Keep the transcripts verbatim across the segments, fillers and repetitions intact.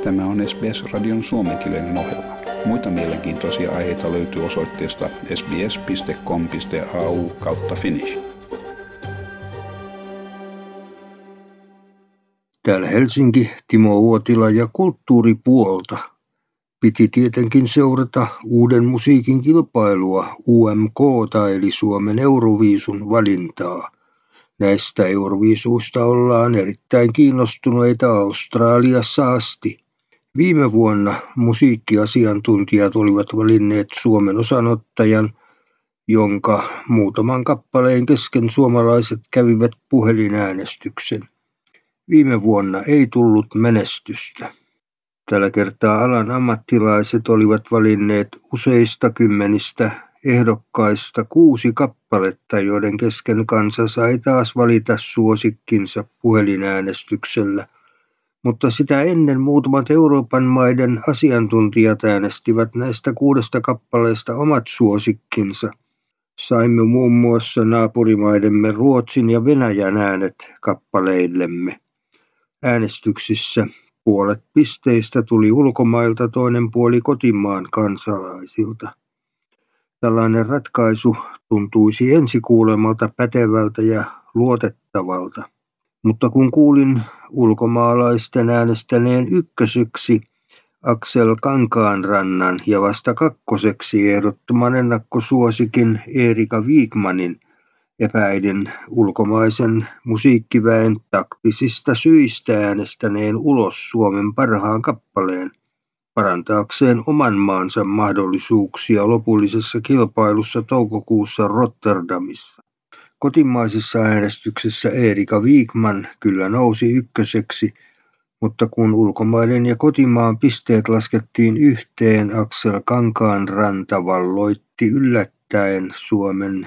Tämä on S B S-radion suomenkielinen ohjelma. Muita mielenkiintoisia aiheita löytyy osoitteesta sbs piste com piste a u kautta finnish. Täällä Helsinki, Timo Uotila ja kulttuuripuolta. Piti tietenkin seurata uuden musiikin kilpailua U M K:ta eli Suomen Euroviisun valintaa. Näistä Euroviisuista ollaan erittäin kiinnostuneita Australiassa asti. Viime vuonna musiikkiasiantuntijat olivat valinneet Suomen osanottajan, jonka muutaman kappaleen kesken suomalaiset kävivät puhelinäänestyksen. Viime vuonna ei tullut menestystä. Tällä kertaa alan ammattilaiset olivat valinneet useista kymmenistä ehdokkaista kuusi kappaletta, joiden kesken kansa sai taas valita suosikkinsa puhelinäänestyksellä. Mutta sitä ennen muutamat Euroopan maiden asiantuntijat äänestivät näistä kuudesta kappaleesta omat suosikkinsa. Saimme muun muassa naapurimaidemme Ruotsin ja Venäjän äänet kappaleillemme. Äänestyksissä puolet pisteistä tuli ulkomailta, toinen puoli kotimaan kansalaisilta. Tällainen ratkaisu tuntuisi ensikuulemalta pätevältä ja luotettavalta. Mutta kun kuulin ulkomaalaisten äänestäneen ykköseksi Aksel Kankaanrannan ja vasta kakkoseksi ehdottoman ennakkosuosikin Erika Wigmanin, epäilin ulkomaisen musiikkiväen taktisista syistä äänestäneen ulos Suomen parhaan kappaleen parantaakseen oman maansa mahdollisuuksia lopullisessa kilpailussa toukokuussa Rotterdamissa. Kotimaisessa äänestyksessä Erika Wigman kyllä nousi ykköseksi, mutta kun ulkomaiden ja kotimaan pisteet laskettiin yhteen, Aksel Kankaanranta valloitti yllättäen Suomen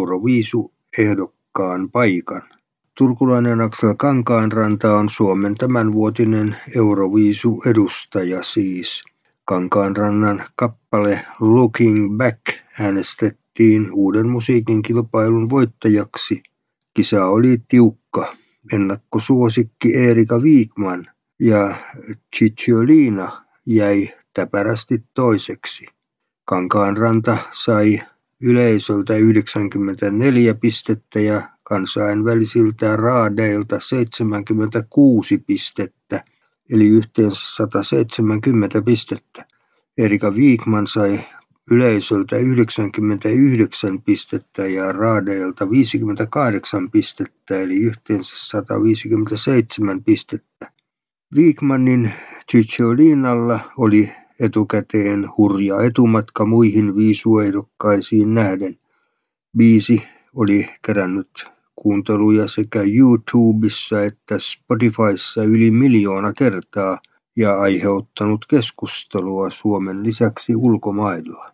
Euroviisu-ehdokkaan paikan. Turkulainen Aksel Kankaanranta on Suomen tämänvuotinen Euroviisu-edustaja siis. Kankaanrannan kappale Looking Back äänestettiin uuden musiikin kilpailun voittajaksi. Kisa oli tiukka. Ennakkosuosikki Erika Wigman ja Cicciolina jäi täpärästi toiseksi. Kankaanranta sai yleisöltä yhdeksänkymmentäneljä pistettä ja kansainvälisiltä raadeilta seitsemänkymmentäkuusi pistettä, eli yhteensä sata seitsemänkymmentä pistettä. Erika Wigman sai yleisöltä yhdeksänkymmentäyhdeksän pistettä ja raadeilta viisikymmentäkahdeksan pistettä, eli yhteensä sata viisikymmentäseitsemän pistettä. Wigmanin Cicciolinalla oli etukäteen hurja etumatka muihin viisuehdokkaisiin nähden. Biisi oli kerännyt kuunteluja sekä YouTubessa että Spotifyssa yli miljoona kertaa ja aiheuttanut keskustelua Suomen lisäksi ulkomailla.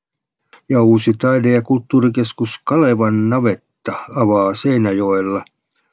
Ja uusi taide- ja kulttuurikeskus Kalevan navetta avaa Seinäjoella.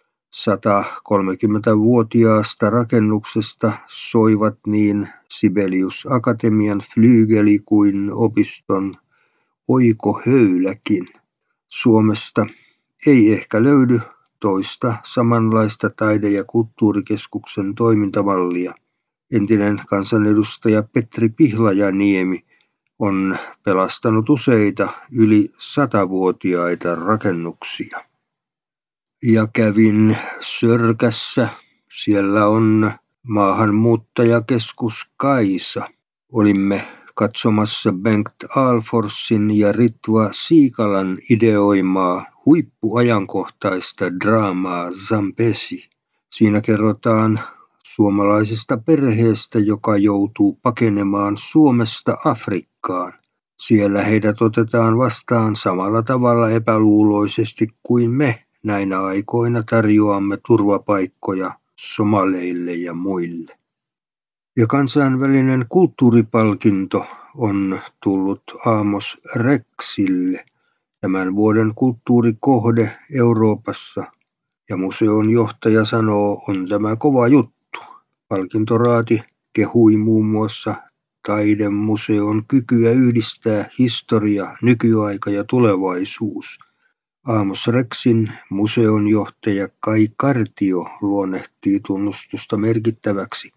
satakolmekymmentävuotiaasta rakennuksesta soivat niin Sibelius Akatemian flyygeli kuin opiston oikohöyläkin. Suomesta ei ehkä löydy toista samanlaista taide- ja kulttuurikeskuksen toimintamallia. Entinen kansanedustaja Petri Pihlajaniemi on pelastanut useita yli satavuotiaita rakennuksia. Ja kävin Sörkässä. Siellä on maahanmuuttajakeskus Kaisa. Olimme katsomassa Bengt Alforsin ja Ritva Siikalan ideoimaa huippuajankohtaista draamaa Zambesi. Siinä kerrotaan suomalaisesta perheestä, joka joutuu pakenemaan Suomesta Afrikkaan. Siellä heidät otetaan vastaan samalla tavalla epäluuloisesti kuin me näinä aikoina tarjoamme turvapaikkoja somaleille ja muille. Ja kansainvälinen kulttuuripalkinto on tullut Amos Rexille, tämän vuoden kulttuurikohde Euroopassa. Ja museon johtaja sanoo, on tämä kova juttu. Palkintoraati kehui muun muassa taidemuseon kykyä yhdistää historia, nykyaika ja tulevaisuus. Amos Rexin museonjohtaja Kai Kartio luonnehtii tunnustusta merkittäväksi.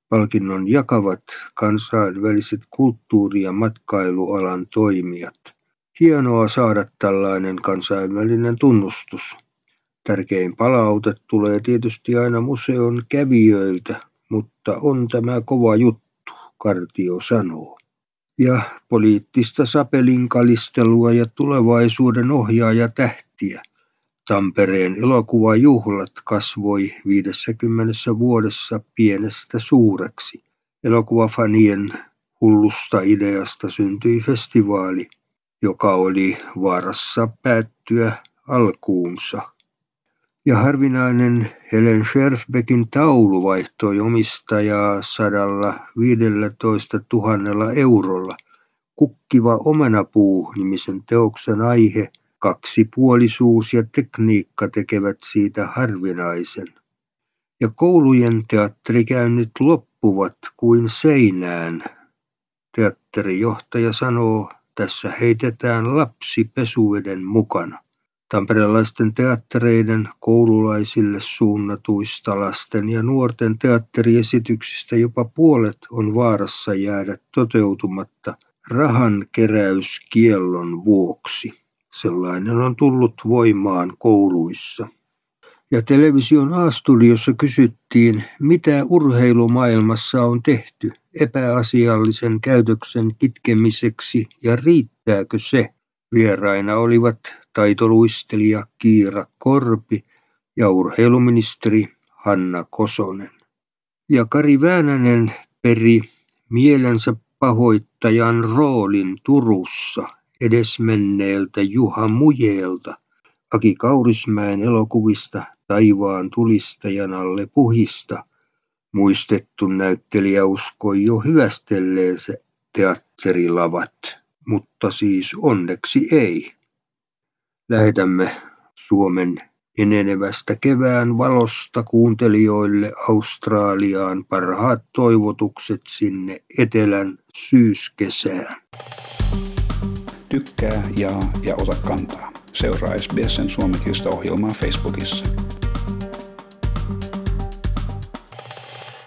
Palkinnon jakavat kansainväliset kulttuuri- ja matkailualan toimijat. Hienoa saada tällainen kansainvälinen tunnustus. Tärkein palaute tulee tietysti aina museon kävijöiltä, mutta on tämä kova juttu, Kartio sanoo. Ja poliittista sapelinkalistelua ja tulevaisuuden ohjaaja tähtiä. Tampereen elokuvajuhlat kasvoi viidessäkymmenessä vuodessa pienestä suureksi. Elokuvafanien hullusta ideasta syntyi festivaali, joka oli vaarassa päättyä alkuunsa. Ja harvinainen Helen Scherfbeckin taulu vaihtoi omistajaa sadalla viidellätoista tuhannella eurolla. Kukkiva omenapuu nimisen teoksen aihe, kaksipuolisuus ja tekniikka tekevät siitä harvinaisen. Ja koulujen teatterikäynnit loppuvat kuin seinään. Teatterijohtaja sanoo, tässä heitetään lapsi pesuveden mukana. Tamperelaisten teattereiden koululaisille suunnatuista lasten ja nuorten teatteriesityksistä jopa puolet on vaarassa jäädä toteutumatta rahankeräyskiellon vuoksi. Sellainen on tullut voimaan kouluissa. Ja television A-studiossa kysyttiin, mitä urheilumaailmassa on tehty epäasiallisen käytöksen kitkemiseksi ja riittääkö se. Vieraina olivat taitoluistelija Kiira Korpi ja urheiluministeri Hanna Kosonen. Ja Kari Väänänen peri mielensä pahoittajan roolin Turussa edesmenneeltä Juha Mujeelta. Aki Kaurismäen elokuvista Taivaan tulistajan alle puhista muistettu näyttelijä uskoi jo hyvästelleensä teatterilavat, mutta siis onneksi ei. Lähetämme Suomen enenevästä kevään valosta kuuntelijoille Australiaan parhaat toivotukset sinne etelän syyskesään. Tykkää, jaa ja ota kantaa. Seuraa S B S:n suomenkielistä ohjelmaa Facebookissa.